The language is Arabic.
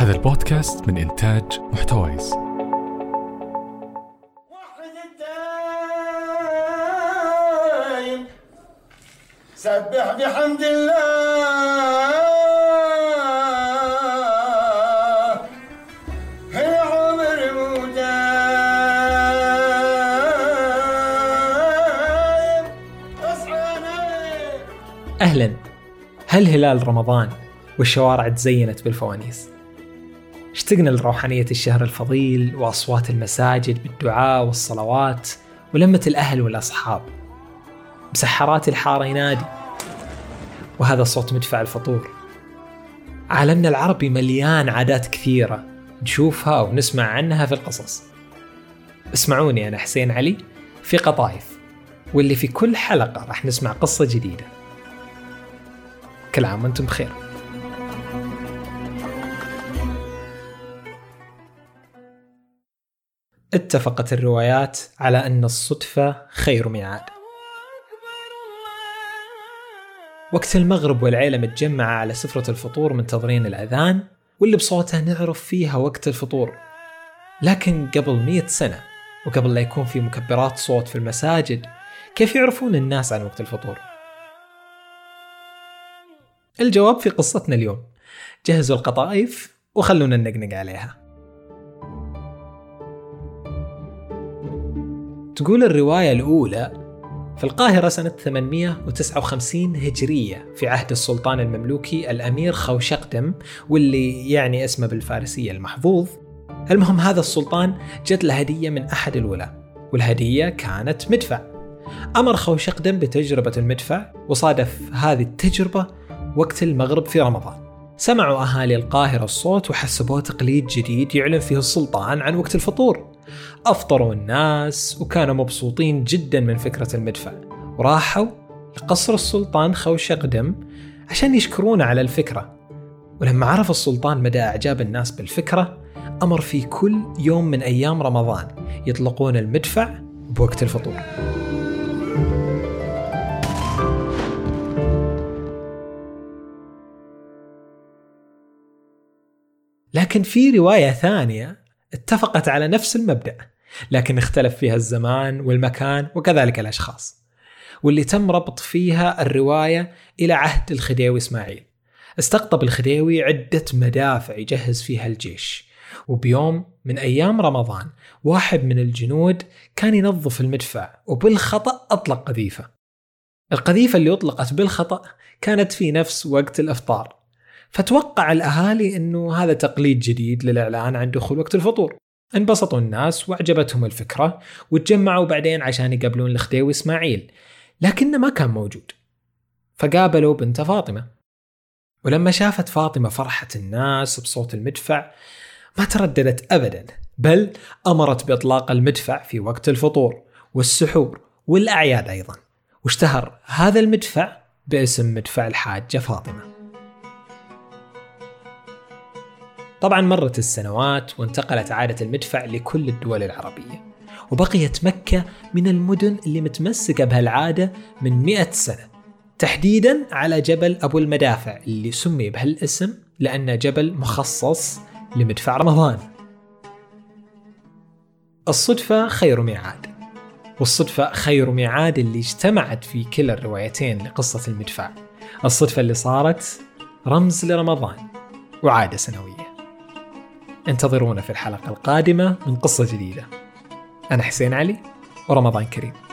هذا البودكاست من إنتاج محتويس. وحد الدايم سبح بحمد الله هي عمر مدايم أصحانا. أهلاً. هل هلال رمضان والشوارع تزينت بالفوانيس؟ اشتقنا لروحانية الشهر الفضيل وأصوات المساجد بالدعاء والصلوات ولمة الأهل والأصحاب. مسحرات الحارة ينادي، وهذا صوت مدفع الفطور. عالمنا العربي مليان عادات كثيرة نشوفها ونسمع عنها في القصص. اسمعوني أنا حسين علي في قطايف، واللي في كل حلقة راح نسمع قصة جديدة. كل عام وانتم بخير. اتفقت الروايات على أن الصدفة خير ميعاد. وقت المغرب والعيلة متجمعة على سفرة الفطور منتظرين الأذان واللي بصوتها نعرف فيها وقت الفطور. لكن قبل 100 سنة وقبل لا يكون في مكبرات صوت في المساجد، كيف يعرفون الناس عن وقت الفطور؟ الجواب في قصتنا اليوم. جهزوا القطائف وخلونا ننقنق عليها. تقول الرواية الأولى في القاهرة سنة 859 هجرية في عهد السلطان المملوكي الأمير خوشقدم، واللي يعني اسمه بالفارسية المحظوظ. المهم هذا السلطان جت له هدية من أحد الولاة، والهدية كانت مدفع. أمر خوشقدم بتجربة المدفع، وصادف هذه التجربة وقت المغرب في رمضان. سمعوا أهالي القاهرة الصوت وحسبوه تقليد جديد يعلن فيه السلطان عن وقت الفطور. أفطروا الناس وكانوا مبسوطين جدا من فكرة المدفع، وراحوا لقصر السلطان خوشقدم عشان يشكرونه على الفكرة. ولما عرف السلطان مدى إعجاب الناس بالفكرة، أمر في كل يوم من أيام رمضان يطلقون المدفع بوقت الفطور. لكن في رواية ثانية اتفقت على نفس المبدأ، لكن اختلف فيها الزمان والمكان وكذلك الأشخاص، واللي تم ربط فيها الرواية إلى عهد الخديوي إسماعيل. استقطب الخديوي عدة مدافع يجهز فيها الجيش، وبيوم من أيام رمضان واحد من الجنود كان ينظف المدفع وبالخطأ أطلق قذيفة. القذيفة اللي أطلقت بالخطأ كانت في نفس وقت الإفطار، فتوقع الأهالي أنه هذا تقليد جديد للإعلان عن دخول وقت الفطور. انبسطوا الناس وأعجبتهم الفكرة، وتجمعوا بعدين عشان يقابلون الخديوي إسماعيل، لكنه ما كان موجود. فقابلوا بنت فاطمة، ولما شافت فاطمة فرحة الناس بصوت المدفع ما ترددت أبدا، بل أمرت بإطلاق المدفع في وقت الفطور والسحور والأعياد أيضا، واشتهر هذا المدفع باسم مدفع الحاجة فاطمة. طبعا مرت السنوات وانتقلت عادة المدفع لكل الدول العربية، وبقيت مكة من المدن اللي متمسكة بهالعادة من 100 سنة، تحديدا على جبل أبو المدافع اللي سمي بهالاسم لأنه جبل مخصص لمدفع رمضان. الصدفة خير ميعاد، والصدفة خير ميعاد اللي اجتمعت في كلا الروايتين لقصة المدفع. الصدفة اللي صارت رمز لرمضان وعادة سنوية. انتظرونا في الحلقة القادمة من قصة جديدة. أنا حسين علي، ورمضان كريم.